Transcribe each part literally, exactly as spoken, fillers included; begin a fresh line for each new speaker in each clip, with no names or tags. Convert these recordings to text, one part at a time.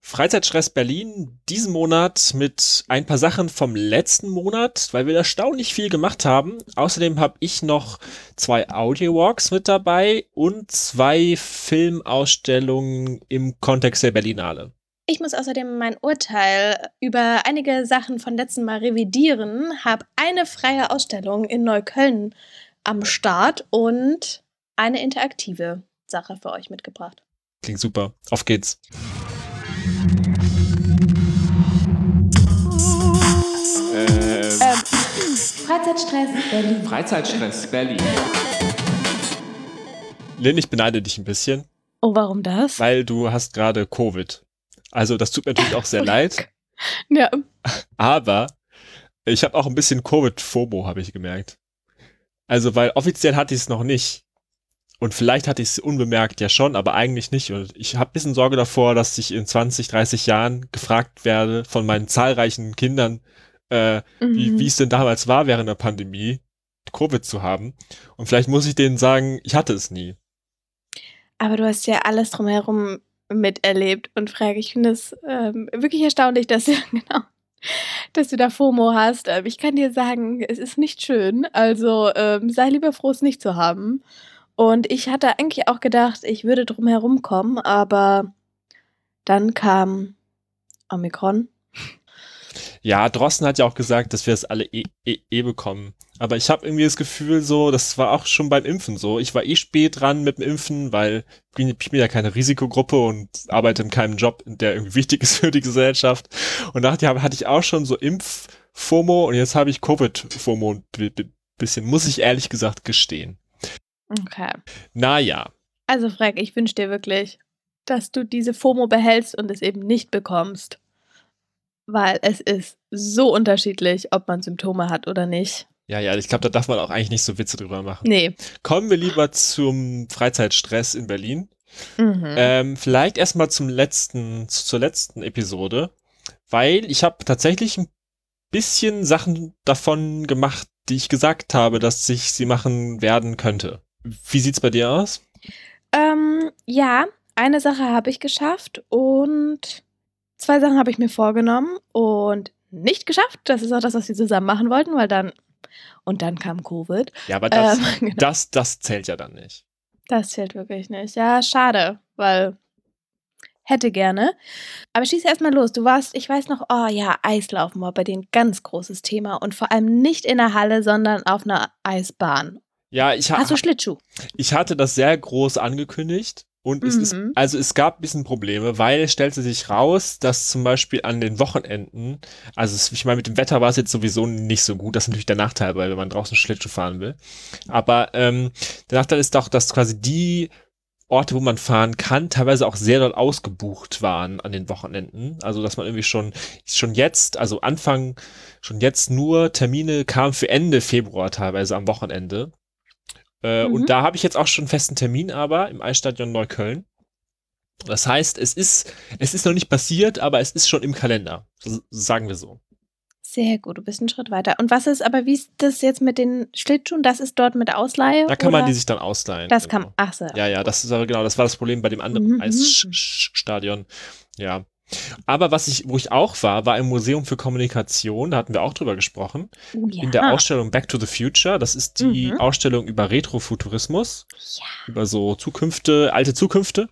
Freizeitstress Berlin diesen Monat mit ein paar Sachen vom letzten Monat, weil wir erstaunlich viel gemacht haben. Außerdem habe ich noch zwei Audio-Walks mit dabei und zwei Filmausstellungen im Kontext der Berlinale.
Ich muss außerdem mein Urteil über einige Sachen von letzten Mal revidieren, habe eine freie Ausstellung in Neukölln am Start und eine interaktive Sache für euch mitgebracht.
Klingt super. Auf geht's.
Ähm, ähm, Freizeitstress Berlin.
Freizeitstress Berlin. Lynn, ich beneide dich ein bisschen.
Oh, warum das?
Weil du hast gerade Covid. Also das tut mir natürlich auch sehr leid.
Ja.
Aber ich habe auch ein bisschen Covid-FOMO, habe ich gemerkt. Also weil offiziell hatte ich es noch nicht. Und vielleicht hatte ich es unbemerkt ja schon, aber eigentlich nicht. Und ich habe ein bisschen Sorge davor, dass ich in zwanzig, dreißig Jahren gefragt werde von meinen zahlreichen Kindern, äh, mhm. wie wie es denn damals war, während der Pandemie, Covid zu haben. Und vielleicht muss ich denen sagen, ich hatte es nie.
Aber du hast ja alles drumherum miterlebt und frage, ich finde es ähm, wirklich erstaunlich, dass du, genau, dass du da FOMO hast. Ähm, ich kann dir sagen, es ist nicht schön, also ähm, sei lieber froh, es nicht zu haben. Und ich hatte eigentlich auch gedacht, ich würde drumherum kommen, aber dann kam Omikron.
Ja, Drosten hat ja auch gesagt, dass wir es alle eh, eh, eh bekommen. Aber ich habe irgendwie das Gefühl so, das war auch schon beim Impfen so. Ich war eh spät dran mit dem Impfen, weil ich bin, ich bin ja keine Risikogruppe und arbeite in keinem Job, der irgendwie wichtig ist für die Gesellschaft. Und nachher hatte ich auch schon so Impf-FOMO und jetzt habe ich Covid-FOMO ein b- b- bisschen, muss ich ehrlich gesagt gestehen.
Okay.
Naja.
Also Frank, ich wünsche dir wirklich, dass du diese FOMO behältst und es eben nicht bekommst. Weil es ist so unterschiedlich, ob man Symptome hat oder nicht.
Ja, ja, ich glaube, da darf man auch eigentlich nicht so Witze drüber machen.
Nee.
Kommen wir lieber zum Freizeitstress in Berlin.
Mhm.
Ähm, vielleicht erstmal zum letzten, zur letzten Episode, weil ich habe tatsächlich ein bisschen Sachen davon gemacht, die ich gesagt habe, dass ich sie machen werden könnte. Wie sieht's bei dir aus?
Ähm, ja, eine Sache habe ich geschafft und zwei Sachen habe ich mir vorgenommen und nicht geschafft. Das ist auch das, was wir zusammen machen wollten, weil dann und dann kam Covid.
Ja, aber das,
ähm, genau.
das, das zählt ja dann nicht.
Das zählt wirklich nicht. Ja, schade, weil hätte gerne. Aber schieß erstmal los. Du warst, ich weiß noch, oh ja, Eislaufen war bei dir ein ganz großes Thema und vor allem nicht in der Halle, sondern auf einer Eisbahn.
Ja, ich ha-
Hast du Schlittschuh?
Ich hatte das sehr groß angekündigt. Und es
Mhm.
ist, also es gab ein bisschen Probleme, weil es stellte sich raus, dass zum Beispiel an den Wochenenden, also es, ich meine, mit dem Wetter war es jetzt sowieso nicht so gut, das ist natürlich der Nachteil, weil wenn man draußen Schlittschuh fahren will. Aber ähm, der Nachteil ist doch, dass quasi die Orte, wo man fahren kann, teilweise auch sehr doll ausgebucht waren an den Wochenenden. Also dass man irgendwie schon, schon jetzt, also Anfang, schon jetzt nur Termine kamen für Ende Februar teilweise am Wochenende. Äh,
Mhm.
Und da habe ich jetzt auch schon einen festen Termin, aber im Eisstadion Neukölln. Das heißt, es ist, es ist noch nicht passiert, aber es ist schon im Kalender. So, sagen wir so.
Sehr gut, du bist einen Schritt weiter. Und was ist, aber wie ist das jetzt mit den Schlittschuhen? Das ist dort mit Ausleihe?
Da kann
oder?
man die sich dann ausleihen.
Das
genau.
kann, ach so.
Ja, ja, das ist aber genau, das war das Problem bei dem anderen
Mhm.
Eisstadion. Ja. Aber was ich, wo ich auch war, war im Museum für Kommunikation, da hatten wir auch drüber gesprochen,
Oh, ja.
in der Ausstellung Back to the Future. Das ist die
Mhm.
Ausstellung über Retrofuturismus,
Ja.
über so Zukünfte, alte Zukünfte.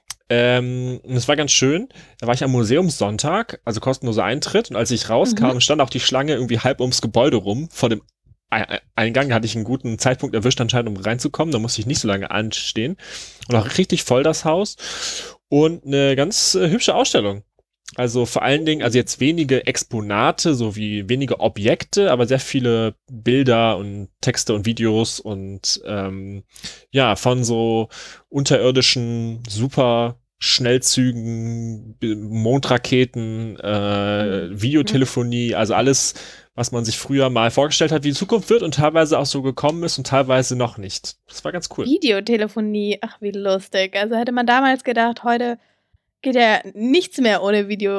Ähm, und es war ganz schön. Da war ich am Museumssonntag, also kostenloser Eintritt. Und als ich rauskam,
Mhm.
stand auch die Schlange irgendwie halb ums Gebäude rum. Vor dem Ei- Eingang hatte ich einen guten Zeitpunkt erwischt anscheinend, um reinzukommen. Da musste ich nicht so lange anstehen. Und auch richtig voll das Haus. Und eine ganz äh, hübsche Ausstellung. Also vor allen Dingen, also jetzt wenige Exponate, so wie wenige Objekte, aber sehr viele Bilder und Texte und Videos und ähm, ja, von so unterirdischen super Schnellzügen, B- Mondraketen, äh,
Mhm.
Videotelefonie, also alles, was man sich früher mal vorgestellt hat, wie die Zukunft wird und teilweise auch so gekommen ist und teilweise noch nicht. Das war ganz cool.
Videotelefonie, ach wie lustig. Also hätte man damals gedacht, heute geht ja nichts mehr ohne Video.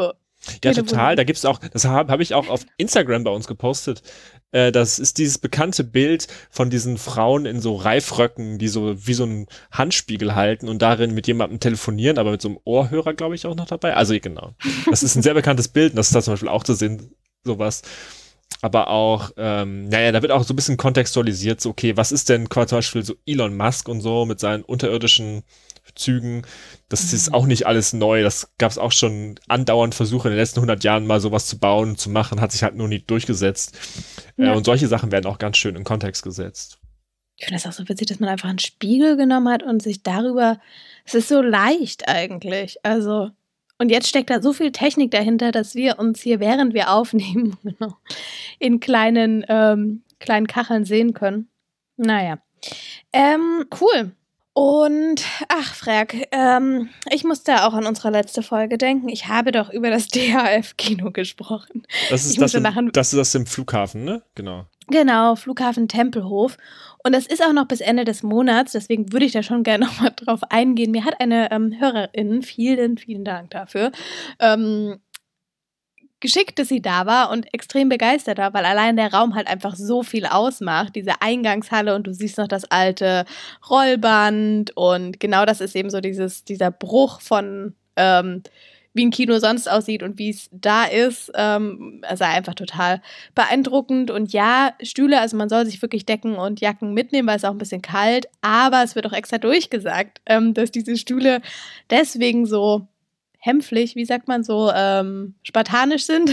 Ja, total. Da gibt's auch, das habe hab ich auch auf Instagram bei uns gepostet. Äh, das ist dieses bekannte Bild von diesen Frauen in so Reifröcken, die so wie so einen Handspiegel halten und darin mit jemandem telefonieren, aber mit so einem Ohrhörer, glaube ich, auch noch dabei. Also genau. Das ist ein sehr bekanntes Bild und das ist da zum Beispiel auch zu sehen, sowas. Aber auch, ähm, naja, da wird auch so ein bisschen kontextualisiert, so okay, was ist denn zum Beispiel so Elon Musk und so mit seinen unterirdischen Zügen, das ist auch nicht alles neu, das gab es auch schon andauernd Versuche in den letzten hundert Jahren mal sowas zu bauen, zu machen, hat sich halt nur nie durchgesetzt. Ja. Äh, und solche Sachen werden auch ganz schön in Kontext gesetzt.
Ich finde das auch so witzig, dass man einfach einen Spiegel genommen hat und sich darüber, es ist so leicht eigentlich, also und jetzt steckt da so viel Technik dahinter, dass wir uns hier, während wir aufnehmen, genau, in kleinen, ähm, kleinen Kacheln sehen können. Naja, ähm, cool. Und, ach, Frag, ähm, ich musste auch an unsere letzte Folge denken. Ich habe doch über das D H F-Kino gesprochen.
Das ist das, im, das ist das im Flughafen, ne? Genau.
Genau, Flughafen Tempelhof. Und das ist auch noch bis Ende des Monats, deswegen würde ich da schon gerne nochmal drauf eingehen. Mir hat eine ähm, Hörerin, vielen, vielen Dank dafür, ähm, geschickt, dass sie da war und extrem begeistert war, weil allein der Raum halt einfach so viel ausmacht, diese Eingangshalle und du siehst noch das alte Rollband und genau das ist eben so dieses, dieser Bruch von ähm, wie ein Kino sonst aussieht und wie es da ist, ähm, also einfach total beeindruckend und ja, Stühle, also man soll sich wirklich Decken und Jacken mitnehmen, weil es auch ein bisschen kalt, aber es wird auch extra durchgesagt, ähm, dass diese Stühle deswegen so hämpflich, wie sagt man so, ähm, spartanisch sind,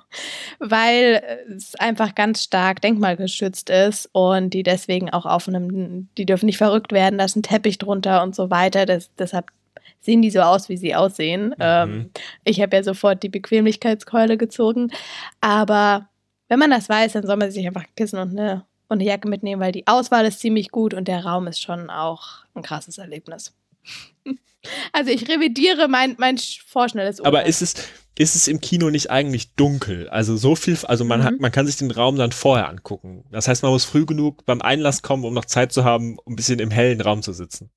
weil es einfach ganz stark denkmalgeschützt ist und die deswegen auch auf einem, die dürfen nicht verrückt werden, da ist ein Teppich drunter und so weiter, das, deshalb sehen die so aus, wie sie aussehen. Mhm. Ähm, ich habe ja sofort die Bequemlichkeitskeule gezogen, aber wenn man das weiß, dann soll man sich einfach ein Kissen und eine, und eine Jacke mitnehmen, weil die Auswahl ist ziemlich gut und der Raum ist schon auch ein krasses Erlebnis. Also ich revidiere mein, mein vorschnelles Urteil.
Aber ist es, ist es im Kino nicht eigentlich dunkel? Also so viel, also man, mhm. hat, man kann sich den Raum dann vorher angucken. Das heißt, man muss früh genug beim Einlass kommen, um noch Zeit zu haben, um ein bisschen im hellen Raum zu sitzen.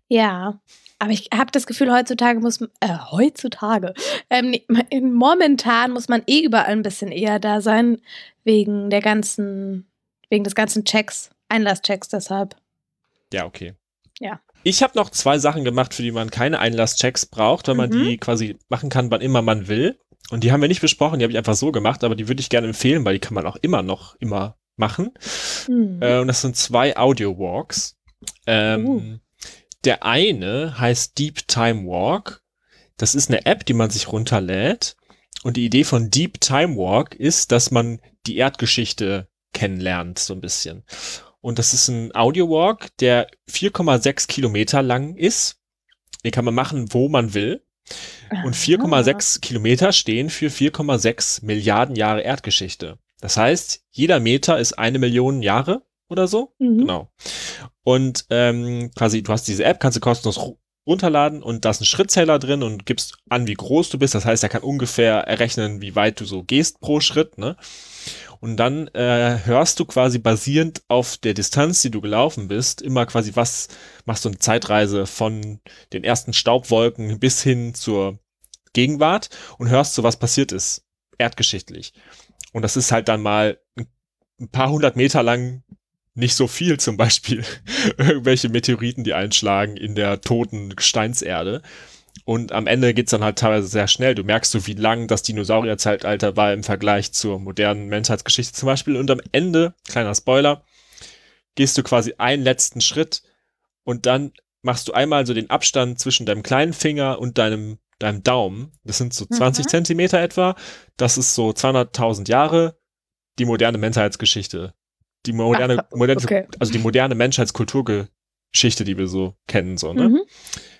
Ja, aber ich habe das Gefühl, heutzutage muss man, äh, heutzutage, ähm, nee, momentan muss man eh überall ein bisschen eher da sein, wegen der ganzen, wegen des ganzen Checks, Einlasschecks deshalb.
Ja, okay.
Ja.
Ich habe noch zwei Sachen gemacht, für die man keine Einlasschecks braucht, weil man mhm. die quasi machen kann, wann immer man will. Und die haben wir nicht besprochen, die habe ich einfach so gemacht, aber die würde ich gerne empfehlen, weil die kann man auch immer noch immer machen. Mhm. Äh, und das sind zwei Audio-Walks. Ähm, uh. Der eine heißt Deep Time Walk. Das ist eine App, die man sich runterlädt. Und die Idee von Deep Time Walk ist, dass man die Erdgeschichte kennenlernt, so ein bisschen. Und das ist ein Audio-Walk, der vier Komma sechs Kilometer lang ist. Den kann man machen, wo man will. Und vier Komma sechs Kilometer stehen für vier Komma sechs Milliarden Jahre Erdgeschichte. Das heißt, jeder Meter ist eine Million Jahre oder so. Mhm. Genau. Und ähm, quasi, du hast diese App, kannst du kostenlos runterladen und da ist ein Schrittzähler drin und gibst an, wie groß du bist. Das heißt, er kann ungefähr errechnen, wie weit du so gehst pro Schritt, ne? Und dann äh, hörst du quasi basierend auf der Distanz, die du gelaufen bist, immer quasi was, machst du eine Zeitreise von den ersten Staubwolken bis hin zur Gegenwart und hörst so, was passiert ist, erdgeschichtlich. Und das ist halt dann mal ein paar hundert Meter lang nicht so viel, zum Beispiel irgendwelche Meteoriten, die einschlagen in der toten Gesteinserde. Und am Ende geht's dann halt teilweise sehr schnell. Du merkst so, wie lang das Dinosaurierzeitalter war im Vergleich zur modernen Menschheitsgeschichte zum Beispiel. Und am Ende, kleiner Spoiler, gehst du quasi einen letzten Schritt und dann machst du einmal so den Abstand zwischen deinem kleinen Finger und deinem, deinem Daumen. Das sind so zwanzig mhm. Zentimeter etwa. Das ist so zweihunderttausend Jahre die moderne Menschheitsgeschichte. Die moderne, Ach, moderne okay. also die moderne Menschheitskulturgeschichte, die wir so kennen, so, ne? Mhm.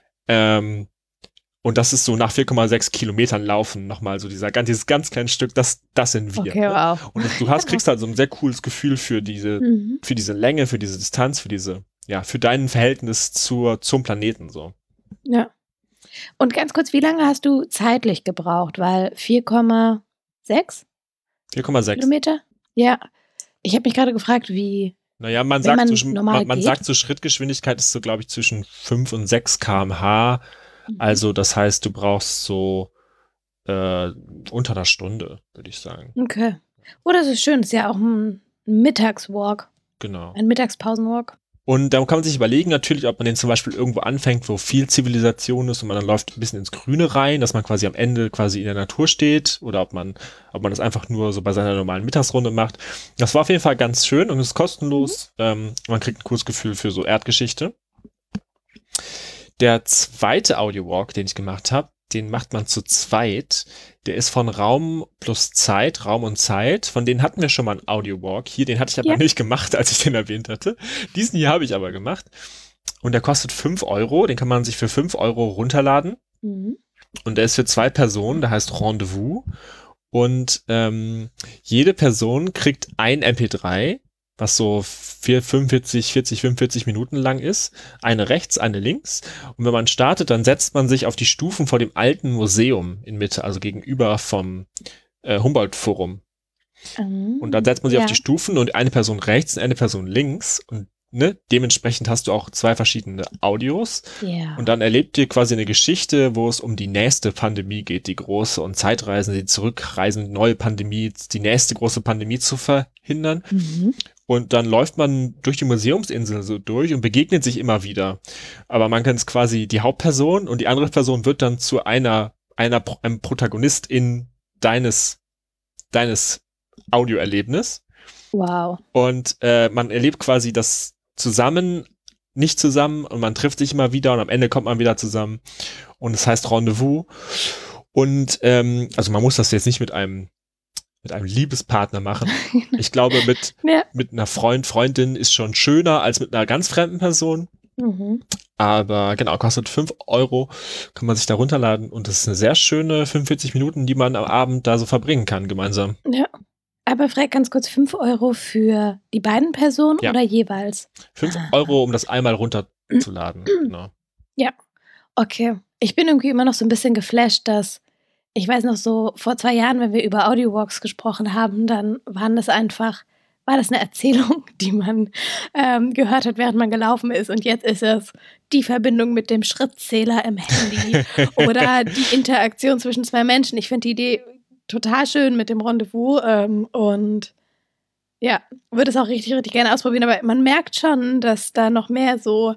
Ähm, Und das ist so nach vier Komma sechs Kilometern Laufen nochmal so dieser, dieses ganz kleine Stück, das, das sind wir.
Okay,
ne?
wow.
Und du hast, kriegst halt so ein sehr cooles Gefühl für diese, mhm. für diese Länge, für diese Distanz, für diese, ja, für dein Verhältnis zur, zum Planeten, so.
Ja. Und ganz kurz, wie lange hast du zeitlich gebraucht? Weil vier Komma sechs?
vier Komma sechs.
Kilometer? Ja. Ich habe mich gerade gefragt, wie.
Naja, man sagt, man, so, man, man sagt so, Schrittgeschwindigkeit ist so, glaube ich, zwischen fünf und sechs Kilometer pro Stunde. Also das heißt, du brauchst so äh, unter einer Stunde, würde ich sagen.
Okay. Oh, das ist schön. Das ist ja auch ein Mittagswalk.
Genau.
Ein Mittagspausenwalk.
Und da kann man sich überlegen natürlich, ob man den zum Beispiel irgendwo anfängt, wo viel Zivilisation ist und man dann läuft ein bisschen ins Grüne rein, dass man quasi am Ende quasi in der Natur steht oder ob man, ob man das einfach nur so bei seiner normalen Mittagsrunde macht. Das war auf jeden Fall ganz schön und ist kostenlos. Mhm. Ähm, man kriegt ein cooles Gefühl für so Erdgeschichte. Der zweite Audiowalk, den ich gemacht habe, den macht man zu zweit. Der ist von Raum plus Zeit, Raum und Zeit. Von denen hatten wir schon mal einen Audiowalk hier. Den hatte ich aber ja. nicht gemacht, als ich den erwähnt hatte. Diesen hier habe ich aber gemacht. Und der kostet fünf Euro. Den kann man sich für fünf Euro runterladen. Mhm. Und der ist für zwei Personen. Der heißt Rendezvous. Und ähm, jede Person kriegt ein M P drei, was so fünfundvierzig, vierzig, fünfundvierzig Minuten lang ist. Eine rechts, eine links. Und wenn man startet, dann setzt man sich auf die Stufen vor dem alten Museum in Mitte, also gegenüber vom äh, Humboldt-Forum. Um, und dann setzt man sich ja. auf die Stufen und eine Person rechts und eine Person links. Und ne, dementsprechend hast du auch zwei verschiedene Audios. Yeah. Und dann erlebt ihr quasi eine Geschichte, wo es um die nächste Pandemie geht, die große, und Zeitreisen, die zurückreisen, neue Pandemie, die nächste große Pandemie zu verhindern. Mhm. Und dann läuft man durch die Museumsinsel so durch und begegnet sich immer wieder. Aber man kann es quasi die Hauptperson und die andere Person wird dann zu einer, einer, einem Protagonist in deines, deines Audioerlebnis.
Wow.
Und äh, man erlebt quasi das zusammen, nicht zusammen und man trifft sich immer wieder und am Ende kommt man wieder zusammen. Und es heißt Rendezvous. Und ähm, also man muss das jetzt nicht mit einem mit einem Liebespartner machen. Ich glaube, mit, ja. mit einer Freund, Freundin ist schon schöner als mit einer ganz fremden Person. Mhm. Aber genau, kostet fünf Euro, kann man sich da runterladen und das ist eine sehr schöne fünfundvierzig Minuten, die man am Abend da so verbringen kann, gemeinsam.
Ja, aber frag ganz kurz, fünf Euro für die beiden Personen ja. oder jeweils?
fünf Euro, um das einmal runterzuladen, genau.
Ja, okay. Ich bin irgendwie immer noch so ein bisschen geflasht, dass ich weiß noch so, vor zwei Jahren, wenn wir über Audiowalks gesprochen haben, dann waren das einfach, war das eine Erzählung, die man ähm, gehört hat, während man gelaufen ist. Und jetzt ist es die Verbindung mit dem Schrittzähler im Handy oder die Interaktion zwischen zwei Menschen. Ich finde die Idee total schön mit dem Rendezvous ähm, und ja, würde es auch richtig, richtig gerne ausprobieren. Aber man merkt schon, dass da noch mehr so,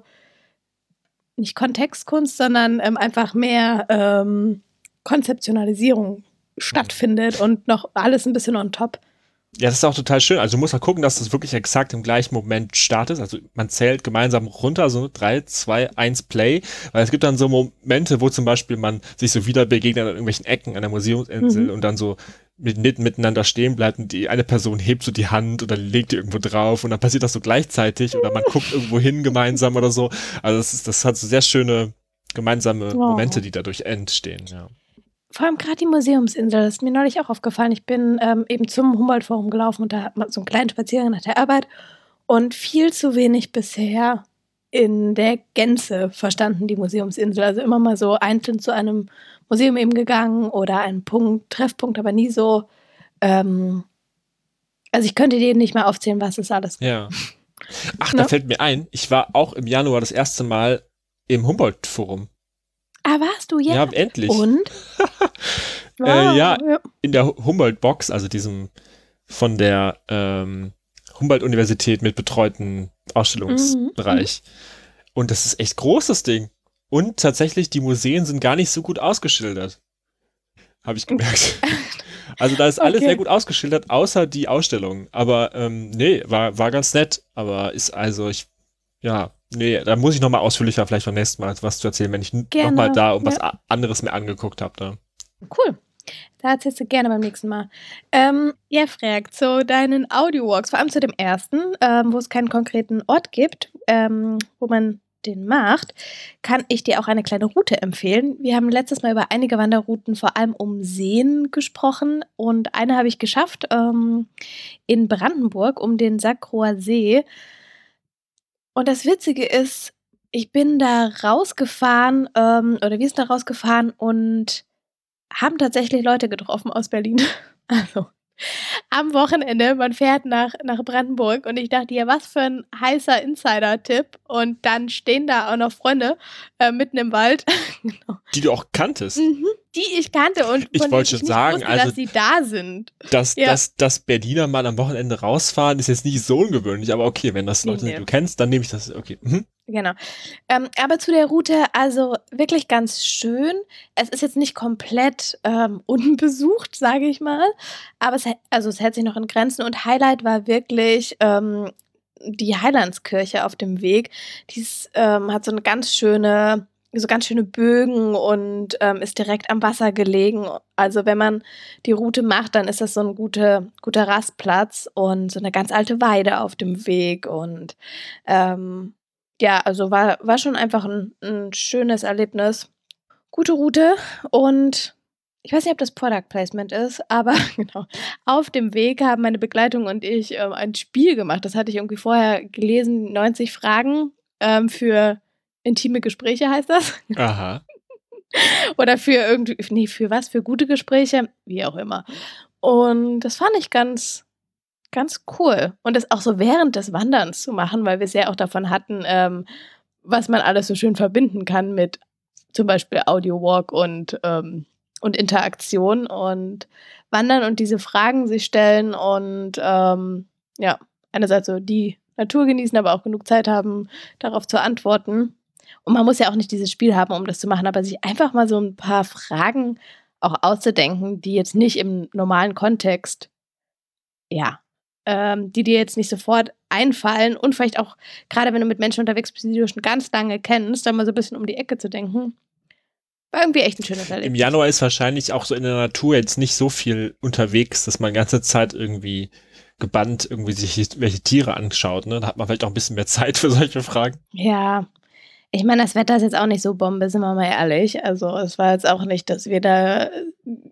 nicht Kontextkunst, sondern ähm, einfach mehr ähm, Konzeptionalisierung stattfindet und noch alles ein bisschen on top.
Ja, das ist auch total schön. Also du musst halt gucken, dass das wirklich exakt im gleichen Moment startet. Also man zählt gemeinsam runter, so drei, zwei, eins, Play. Weil es gibt dann so Momente, wo zum Beispiel man sich so wieder begegnet an irgendwelchen Ecken an der Museumsinsel mhm. und dann so mit, mit, miteinander stehen bleibt und die eine Person hebt so die Hand oder legt die irgendwo drauf und dann passiert das so gleichzeitig oder man guckt irgendwo hin gemeinsam oder so. Also das ist, das hat so sehr schöne gemeinsame wow. Momente, die dadurch entstehen, ja.
Vor allem gerade die Museumsinsel, das ist mir neulich auch aufgefallen. Ich bin ähm, eben zum Humboldt-Forum gelaufen und da hat man so einen kleinen Spaziergang nach der Arbeit und viel zu wenig bisher in der Gänze verstanden, die Museumsinsel. Also immer mal so einzeln zu einem Museum eben gegangen oder einen Punkt, Treffpunkt, aber nie so, ähm, also ich könnte dir nicht mehr aufzählen, was es alles gibt.
Ja. Ach, no? Da fällt mir ein, ich war auch im Januar das erste Mal im Humboldt-Forum.
Ah, warst du jetzt?
Ja, endlich.
Und?
Wow, äh, ja, ja, in der Humboldt-Box, also diesem von der ähm, Humboldt-Universität mit betreuten Ausstellungsbereich. Mhm. Und das ist echt groß, das Ding. Und tatsächlich, die Museen sind gar nicht so gut ausgeschildert. Habe ich gemerkt. Also da ist alles okay. sehr gut ausgeschildert, außer die Ausstellung. Aber ähm, nee, war, war ganz nett. Aber ist also, ich, ja, nee, da muss ich nochmal ausführlicher vielleicht beim nächsten Mal was zu erzählen, wenn ich nochmal da um ja. was anderes mir angeguckt habe. Da.
Cool. Da erzählst du gerne beim nächsten Mal. Ähm, ja, fragt zu deinen Audiowalks, vor allem zu dem ersten, ähm, wo es keinen konkreten Ort gibt, ähm, wo man den macht, kann ich dir auch eine kleine Route empfehlen. Wir haben letztes Mal über einige Wanderrouten vor allem um Seen gesprochen und eine habe ich geschafft ähm, in Brandenburg um den Sacroer See. Und das Witzige ist, ich bin da rausgefahren ähm, oder wir sind da rausgefahren und haben tatsächlich Leute getroffen aus Berlin. Also am Wochenende, man fährt nach, nach Brandenburg und ich dachte, ja, was für ein heißer Insider-Tipp. Und dann stehen da auch noch Freunde äh, mitten im Wald.
Genau. Die du auch kanntest?
Mhm. die ich kannte und
ich
von
wollte
denen
schon
ich
sagen,
nicht wusste,
also
dass sie da sind.
dass,
Ja.
dass, dass Berliner mal am Wochenende rausfahren, ist jetzt nicht so ungewöhnlich, aber okay, wenn das
Nee,
Leute sind,
nee.
die du kennst, dann nehme ich das, okay. Mhm.
Genau. Ähm, aber zu der Route, also wirklich ganz schön. Es ist jetzt nicht komplett ähm, unbesucht, sage ich mal, aber es, hä- also es hält sich noch in Grenzen und Highlight war wirklich ähm, die Heilandskirche auf dem Weg. Die ist, ähm, hat so eine ganz schöne, so ganz schöne Bögen und ähm, ist direkt am Wasser gelegen. Also wenn man die Route macht, dann ist das so ein guter, guter Rastplatz und so eine ganz alte Weide auf dem Weg und ähm, ja, also war, war schon einfach ein, ein schönes Erlebnis. Gute Route und ich weiß nicht, ob das Product Placement ist, aber genau. Auf dem Weg haben meine Begleitung und ich ähm, ein Spiel gemacht. Das hatte ich irgendwie vorher gelesen. neunzig Fragen ähm, für intime Gespräche heißt das.
Aha.
Oder für irgendwie, nee, für was? Für gute Gespräche? Wie auch immer. Und das fand ich ganz, ganz cool. Und das auch so während des Wanderns zu machen, weil wir es ja auch davon hatten, ähm, was man alles so schön verbinden kann mit zum Beispiel Audio-Walk und, ähm, und Interaktion und Wandern und diese Fragen sich stellen und ähm, ja, einerseits so die Natur genießen, aber auch genug Zeit haben, darauf zu antworten. Und man muss ja auch nicht dieses Spiel haben, um das zu machen, aber sich einfach mal so ein paar Fragen auch auszudenken, die jetzt nicht im normalen Kontext, ja, ähm, die dir jetzt nicht sofort einfallen und vielleicht auch, gerade wenn du mit Menschen unterwegs bist, die du schon ganz lange kennst, dann mal so ein bisschen um die Ecke zu denken. War irgendwie echt ein schönes Erlebnis.
Im Januar ist wahrscheinlich auch so in der Natur jetzt nicht so viel unterwegs, dass man die ganze Zeit irgendwie gebannt irgendwie sich welche Tiere anschaut, ne? Da hat man vielleicht auch ein bisschen mehr Zeit für solche Fragen.
Ja, ich meine, das Wetter ist jetzt auch nicht so Bombe, sind wir mal ehrlich. Also es war jetzt auch nicht, dass wir da äh,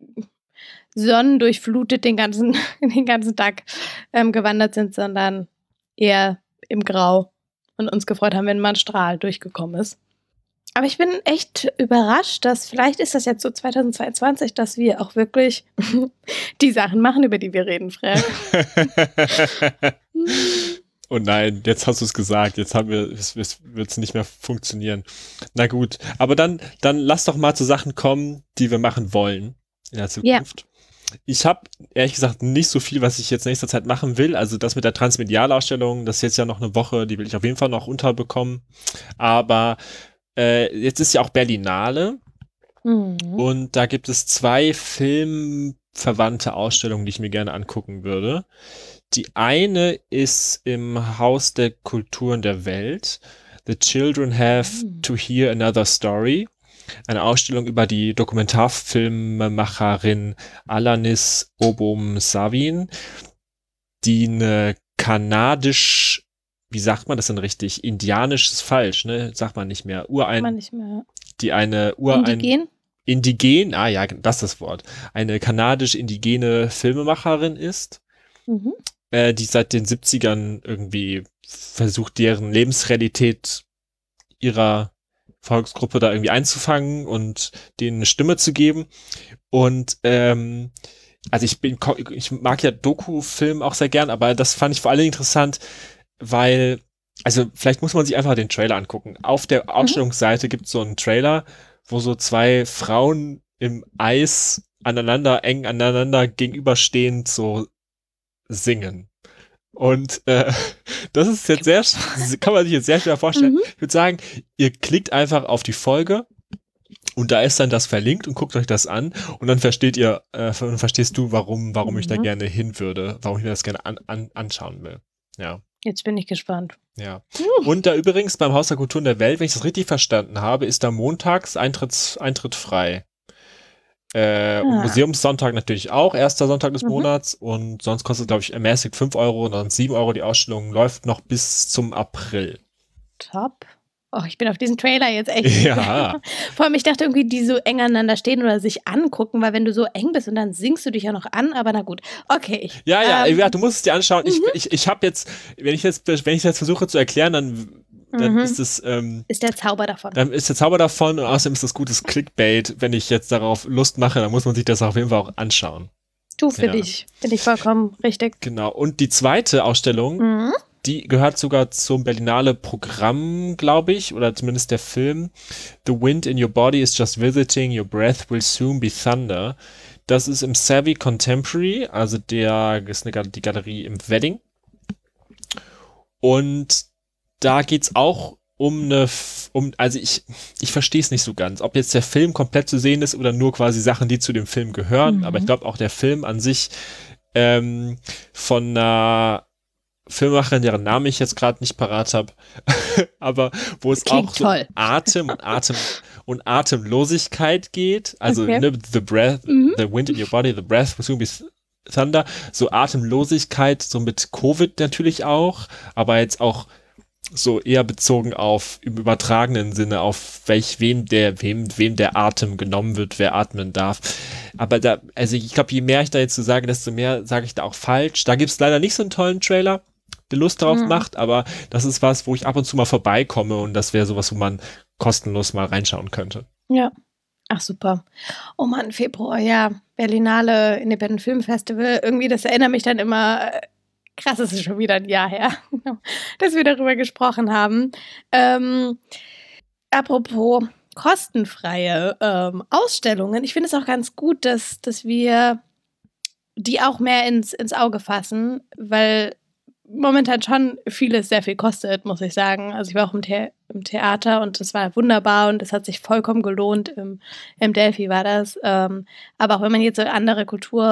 sonnendurchflutet den ganzen, den ganzen Tag ähm, gewandert sind, sondern eher im Grau und uns gefreut haben, wenn mal ein Strahl durchgekommen ist. Aber ich bin echt überrascht, dass vielleicht ist das jetzt so zweitausendzweiundzwanzig, dass wir auch wirklich die Sachen machen, über die wir reden, Fred.
Oh nein, jetzt hast du es gesagt, jetzt haben wir, es, es wird nicht mehr funktionieren. Na gut, aber dann, dann lass doch mal zu Sachen kommen, die wir machen wollen in der Zukunft. Yeah. Ich habe ehrlich gesagt nicht so viel, was ich jetzt nächster Zeit machen will. Also das mit der Transmedialausstellung, das ist jetzt ja noch eine Woche, die will ich auf jeden Fall noch unterbekommen. Aber äh, jetzt ist ja auch Berlinale mhm. und da gibt es zwei filmverwandte Ausstellungen, die ich mir gerne angucken würde. Die eine ist im Haus der Kulturen der Welt. The Children Have mm. to Hear Another Story. Eine Ausstellung über die Dokumentarfilmemacherin Alanis Obom-Savin, die eine kanadisch, wie sagt man das denn richtig? Indianisch ist falsch, ne? Sagt man nicht mehr. Urein.
Man nicht mehr.
Die eine Urein.
Indigen?
Indigen, ah ja, das ist das Wort. Eine kanadisch-indigene Filmemacherin ist. Mhm. Die seit den siebzigern irgendwie versucht, deren Lebensrealität ihrer Volksgruppe da irgendwie einzufangen und denen eine Stimme zu geben. Und ähm, also ich bin, ich mag ja Doku-Film auch sehr gern, aber das fand ich vor allem interessant, weil, also vielleicht muss man sich einfach den Trailer angucken. Auf der Ausstellungsseite mhm. gibt es so einen Trailer, wo so zwei Frauen im Eis aneinander, eng aneinander gegenüberstehend so singen. Und äh, das ist jetzt sehr, kann man sich jetzt sehr schwer vorstellen. Mhm. Ich würde sagen, ihr klickt einfach auf die Folge und da ist dann das verlinkt und guckt euch das an und dann versteht ihr, äh, verstehst du, warum, warum mhm. ich da gerne hin würde, warum ich mir das gerne an, an, anschauen will. Ja.
Jetzt bin ich gespannt.
Ja. Uh. Und da übrigens beim Haus der Kulturen der Welt, wenn ich das richtig verstanden habe, ist da montags Eintritt, Eintritt frei. Äh, ah. Und Museumssonntag natürlich auch, erster Sonntag des mhm. Monats und sonst kostet, glaube ich, ermäßigt fünf Euro und dann sieben Euro. Die Ausstellung läuft noch bis zum April.
Top. Oh, ich bin auf diesen Trailer jetzt echt.
Ja.
Vor allem, ich dachte irgendwie, die so eng aneinander stehen oder sich angucken, weil wenn du so eng bist und dann singst du dich ja noch an, aber na gut. Okay.
Ja, ja, ähm, ja du musst es dir anschauen. Mhm. Ich, ich, ich habe jetzt, wenn ich jetzt, wenn ich jetzt versuche zu erklären, dann dann mhm. ist es ähm,
ist der Zauber davon.
Dann ist der Zauber davon und außerdem ist das gutes Clickbait. Wenn ich jetzt darauf Lust mache, dann muss man sich das auf jeden Fall auch anschauen.
Du, finde ja. ich, finde ich vollkommen richtig.
Genau. Und die zweite Ausstellung, mhm. die gehört sogar zum Berlinale Programm, glaube ich, oder zumindest der Film. The wind in your body is just visiting, your breath will soon be thunder. Das ist im Savvy Contemporary, also der ist eine, die Galerie im Wedding. Und da geht's auch um eine, um, also ich, ich verstehe es nicht so ganz, ob jetzt der Film komplett zu sehen ist oder nur quasi Sachen, die zu dem Film gehören. Mhm. Aber ich glaube auch der Film an sich ähm, von einer Filmemacherin, deren Namen ich jetzt gerade nicht parat habe, aber wo es Klingt auch so toll. Atem und Atem und Atemlosigkeit geht. Also okay. ne, the breath, mhm. the wind in your body, the breath will soon be thunder. So Atemlosigkeit, so mit Covid natürlich auch, aber jetzt auch so eher bezogen auf, im übertragenen Sinne, auf welch, wem der, wem, wem der Atem genommen wird, wer atmen darf. Aber da, also ich glaube, je mehr ich da jetzt so sage, desto mehr sage ich da auch falsch. Da gibt es leider nicht so einen tollen Trailer, der Lust drauf mhm. macht, aber das ist was, wo ich ab und zu mal vorbeikomme und das wäre sowas, wo man kostenlos mal reinschauen könnte.
Ja. Ach, super. Oh Mann, Februar, ja. Berlinale Independent Film Festival. Irgendwie, das erinnert mich dann immer, krass, es ist schon wieder ein Jahr her, dass wir darüber gesprochen haben. Ähm, apropos kostenfreie ähm, Ausstellungen. Ich finde es auch ganz gut, dass, dass wir die auch mehr ins, ins Auge fassen, weil momentan schon vieles sehr viel kostet, muss ich sagen. Also ich war auch im, The- im Theater und das war wunderbar und das hat sich vollkommen gelohnt. Im, im Delphi war das. Ähm, aber auch wenn man jetzt so andere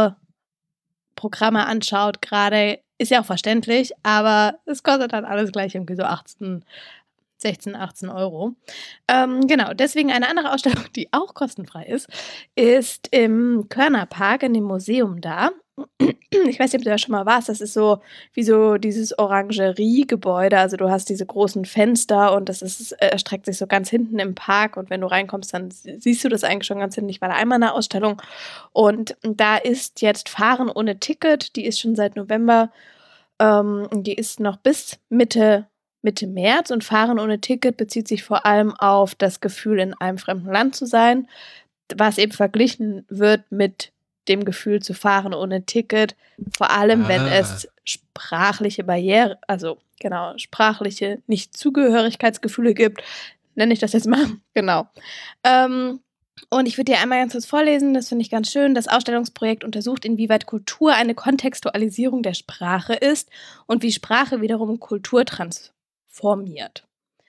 Kulturprogramme anschaut, gerade ist ja auch verständlich, aber es kostet dann alles gleich irgendwie so achtzehn, sechzehn, achtzehn Euro. Ähm, genau, deswegen eine andere Ausstellung, die auch kostenfrei ist, ist im Körnerpark in dem Museum da. Ich weiß nicht, ob du da schon mal warst, das ist so wie so dieses Orangerie-Gebäude, also du hast diese großen Fenster und das ist, erstreckt sich so ganz hinten im Park und wenn du reinkommst, dann siehst du das eigentlich schon ganz hinten. Ich war da einmal in einer Ausstellung und da ist jetzt Fahren ohne Ticket, die ist schon seit November, ähm, die ist noch bis Mitte Mitte März und Fahren ohne Ticket bezieht sich vor allem auf das Gefühl, in einem fremden Land zu sein, was eben verglichen wird mit dem Gefühl zu fahren ohne Ticket, vor allem ah. wenn es sprachliche Barriere, also genau, sprachliche Nicht-Zugehörigkeitsgefühle gibt, nenne ich das jetzt mal, genau. Ähm, und ich würde dir einmal ganz kurz vorlesen, das finde ich ganz schön. Das Ausstellungsprojekt untersucht, inwieweit Kultur eine Kontextualisierung der Sprache ist und wie Sprache wiederum Kultur transformiert.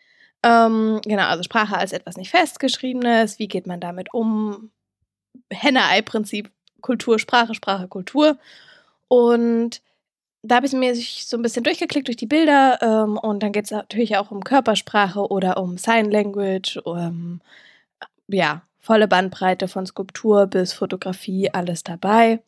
Ähm, genau, also Sprache als etwas nicht Festgeschriebenes, wie geht man damit um? Henne-Ei-Prinzip, Kultur, Sprache, Sprache, Kultur. Und da habe ich mir so ein bisschen durchgeklickt durch die Bilder ähm, und dann geht es natürlich auch um Körpersprache oder um Sign Language, um, ja, volle Bandbreite von Skulptur bis Fotografie, alles dabei.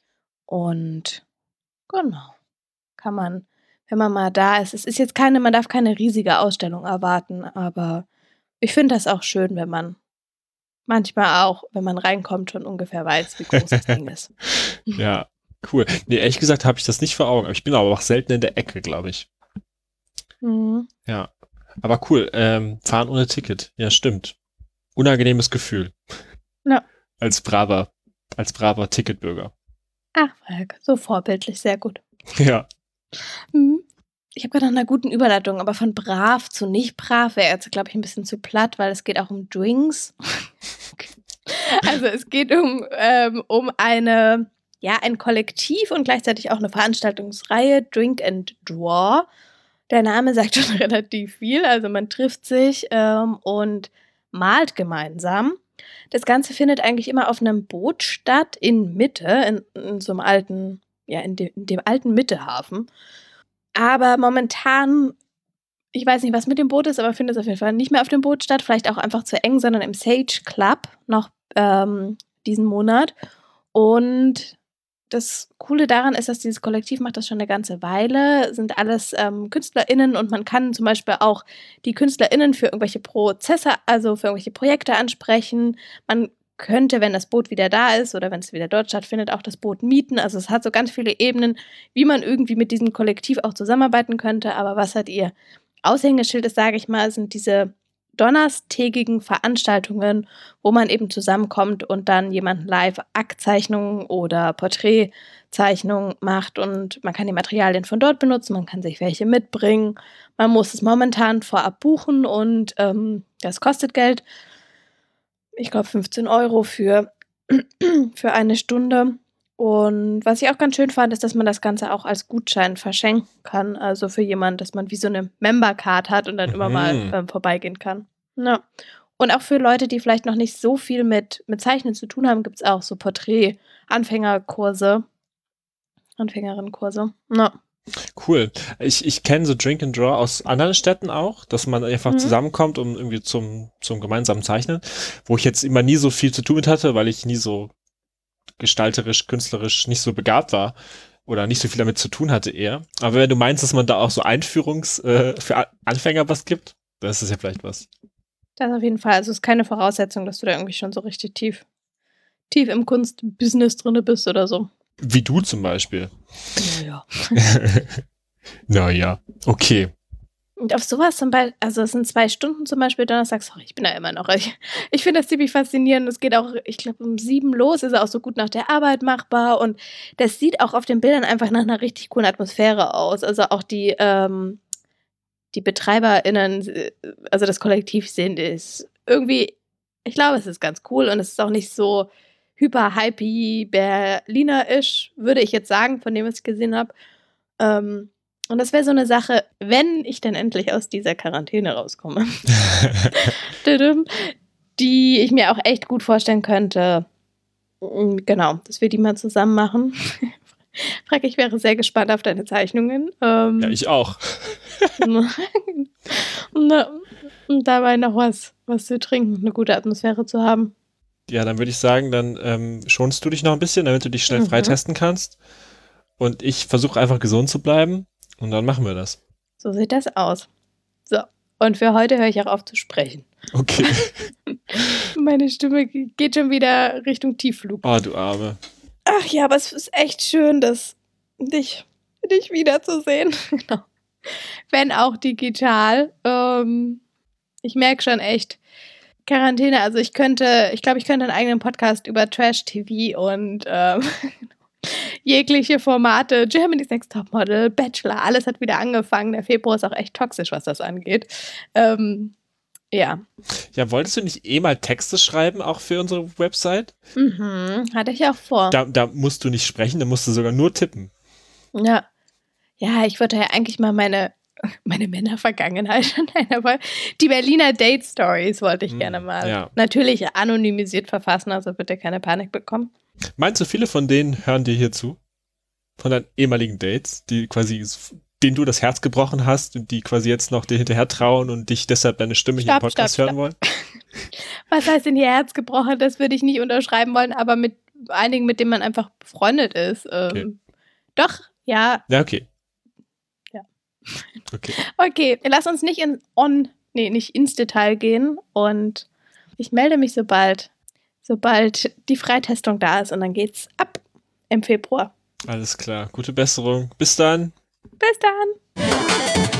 Und genau, kann man, wenn man mal da ist, es ist jetzt keine, man darf keine riesige Ausstellung erwarten, aber ich finde das auch schön, wenn man manchmal auch, wenn man reinkommt, schon ungefähr weiß, wie groß das Ding ist.
Ja, cool. Nee, ehrlich gesagt habe ich das nicht vor Augen. Ich bin aber auch selten in der Ecke, glaube ich.
Mhm.
Ja, aber cool. Ähm, fahren ohne Ticket. Ja, stimmt. Unangenehmes Gefühl.
Ja.
Als braver, als braver Ticketbürger.
Ach, Falk, so vorbildlich, sehr gut.
Ja.
Mhm. Ich habe gerade nach einer guten Überleitung, aber von brav zu nicht brav wäre jetzt, glaube ich, ein bisschen zu platt, weil es geht auch um Drinks. Also es geht um, ähm, um eine, ja, ein Kollektiv und gleichzeitig auch eine Veranstaltungsreihe, Drink and Draw. Der Name sagt schon relativ viel, also man trifft sich ähm, und malt gemeinsam. Das Ganze findet eigentlich immer auf einem Boot statt, in Mitte, in, in so einem alten, ja, in dem, in dem alten Mittehafen. Aber momentan, ich weiß nicht, was mit dem Boot ist, aber findet es auf jeden Fall nicht mehr auf dem Boot statt. Vielleicht auch einfach zu eng, sondern im Sage Club noch ähm, diesen Monat. Und das Coole daran ist, dass dieses Kollektiv macht das schon eine ganze Weile, sind alles ähm, KünstlerInnen und man kann zum Beispiel auch die KünstlerInnen für irgendwelche Prozesse, also für irgendwelche Projekte ansprechen. Man könnte, wenn das Boot wieder da ist oder wenn es wieder dort stattfindet, auch das Boot mieten. Also es hat so ganz viele Ebenen, wie man irgendwie mit diesem Kollektiv auch zusammenarbeiten könnte. Aber was halt ihr Aushängeschild ist, sage ich mal, sind diese donnerstägigen Veranstaltungen, wo man eben zusammenkommt und dann jemanden live Aktzeichnungen oder Porträtzeichnungen macht und man kann die Materialien von dort benutzen, man kann sich welche mitbringen. Man muss es momentan vorab buchen und ähm, das kostet Geld. Ich glaube fünfzehn Euro für, für eine Stunde. Und was ich auch ganz schön fand, ist, dass man das Ganze auch als Gutschein verschenken kann. Also für jemanden, dass man wie so eine Member-Card hat und dann immer mal
Mhm.
ähm, vorbeigehen kann. Ja. Und auch für Leute, die vielleicht noch nicht so viel mit, mit Zeichnen zu tun haben, gibt es auch so Porträt-Anfängerkurse. Anfängerinnenkurse. Ja.
Cool. Ich, ich kenne so Drink and Draw aus anderen Städten auch, dass man einfach
Mhm.
zusammenkommt, um irgendwie zum, zum gemeinsamen Zeichnen, wo ich jetzt immer nie so viel zu tun mit hatte, weil ich nie so gestalterisch, künstlerisch nicht so begabt war oder nicht so viel damit zu tun hatte eher. Aber wenn du meinst, dass man da auch so Einführungs äh, für A- Anfänger was gibt, dann ist das ja vielleicht was.
Das auf jeden Fall. Also es ist keine Voraussetzung, dass du da irgendwie schon so richtig tief, tief im Kunstbusiness drin bist oder so.
Wie du zum Beispiel.
Ja.
Naja, okay.
Und auf sowas zum Beispiel, also es sind zwei Stunden zum Beispiel Donnerstag, sorry, ich bin da immer noch. Ich, ich finde das ziemlich faszinierend. Es geht auch, ich glaube, um sieben los, ist auch so gut nach der Arbeit machbar und das sieht auch auf den Bildern einfach nach einer richtig coolen Atmosphäre aus. Also auch die, ähm, die BetreiberInnen, äh, also das Kollektiv sind, ist irgendwie, ich glaube, es ist ganz cool und es ist auch nicht so hyper-hypey Berliner-isch, würde ich jetzt sagen, von dem, was ich gesehen habe. Ähm, und das wäre so eine Sache, wenn ich dann endlich aus dieser Quarantäne rauskomme, die ich mir auch echt gut vorstellen könnte. Genau, dass wir die mal zusammen machen. Frag, ich wäre sehr gespannt auf deine Zeichnungen. Ähm,
Ja, ich auch.
und, und dabei noch was, was zu trinken, eine gute Atmosphäre zu haben.
Ja, dann würde ich sagen, dann ähm, schonst du dich noch ein bisschen, damit du dich schnell
Mhm.
freitesten kannst. Und ich versuche einfach gesund zu bleiben. Und dann machen wir das.
So sieht das aus. So, und für heute höre ich auch auf zu sprechen.
Okay.
Meine Stimme geht schon wieder Richtung Tiefflug.
Oh, du Arme.
Ach ja, aber es ist echt schön, das, dich, dich wiederzusehen. Genau. Wenn auch digital. Ähm, ich merke schon echt, Quarantäne, also ich könnte, ich glaube, ich könnte einen eigenen Podcast über Trash-T V und ähm, jegliche Formate, Germany's Next Topmodel, Bachelor, alles hat wieder angefangen. Der Februar ist auch echt toxisch, was das angeht. Ähm, ja.
Ja, wolltest du nicht eh mal Texte schreiben, auch für unsere Website?
Mhm, hatte ich auch vor.
Da, da musst du nicht sprechen, da musst du sogar nur tippen.
Ja. Ja, ich würde ja eigentlich mal meine, meine Männervergangenheit, nein, aber die Berliner Date Stories wollte ich
Hm,
gerne mal
ja.
natürlich anonymisiert verfassen, also bitte keine Panik bekommen.
Meinst du, viele von denen hören dir hier zu? Von deinen ehemaligen Dates, die quasi, denen du das Herz gebrochen hast und die quasi jetzt noch dir hinterher trauen und dich deshalb deine Stimme hier im
Stopp,
Podcast
stopp,
hören wollen?
Was heißt in ihr Herz gebrochen? Das würde ich nicht unterschreiben wollen, aber mit einigen, mit denen man einfach befreundet ist. Ähm,
Okay.
Doch, ja.
Ja, okay.
Ja.
Okay.
Okay, lass uns nicht in on, nee, nicht ins Detail gehen und ich melde mich sobald, sobald die Freitestung da ist und dann geht's ab im Februar.
Alles klar. Gute Besserung. Bis dann.
Bis dann!